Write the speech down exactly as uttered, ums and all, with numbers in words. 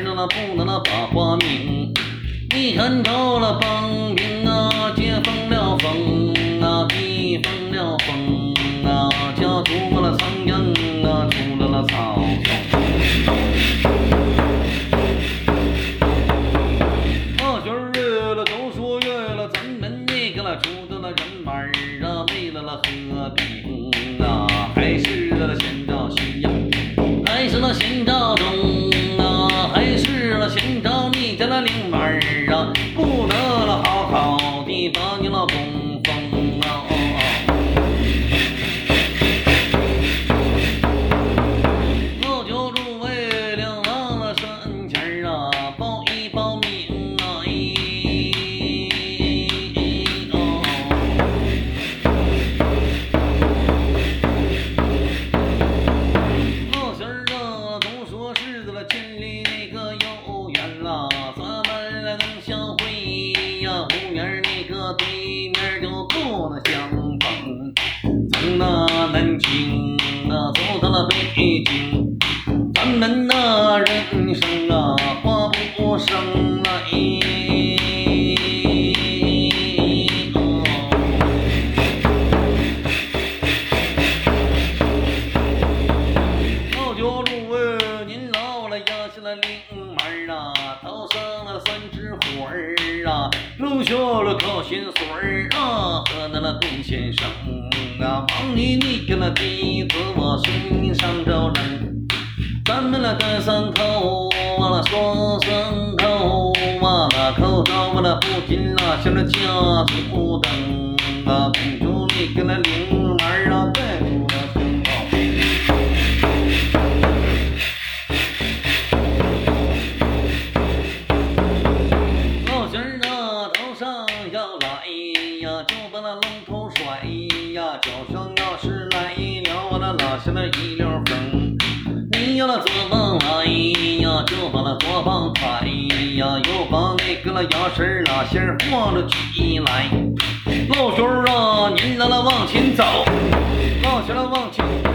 儿那不能那把花名。你看着了帮兵啊，接风了风啊，地风了风啊，家出了苍蝇啊，出了了草丛。大学儿了都说月了，咱们那个了出的了人马儿啊，为了了和平啊，还是了先兆西呀，还是了先兆东啊，还是了先兆你家的领马儿啊，不得了好好的把你了供奉啊。我就入为了了山前啊，报一报名啊，老仙儿啊，都说是的了，千里那个有缘啦，咱们来能相会呀，无面那个对面就不能相逢。从那南京啊走到了北京，咱们那人生啊话不生来。老九路啊，您老了压下了领马啊，头上了三只火儿啊，留下了靠心水儿啊，和那了董先生啊，望你你跟那弟子我身上着人，咱们那干三口啊，那双三口啊，那口罩我那不仅拉下了家族灯啊，公主你跟那领马啊，带住了身高。老仙儿啊，头上要来呀，就把那龙头甩呀，脚上要是来了我那拉下了一溜风，你要那左膀来呀，就把那左膀抬呀，又把那个那牙齿拉线晃着起来。老兄儿啊，您来了往前走，老仙儿往前走。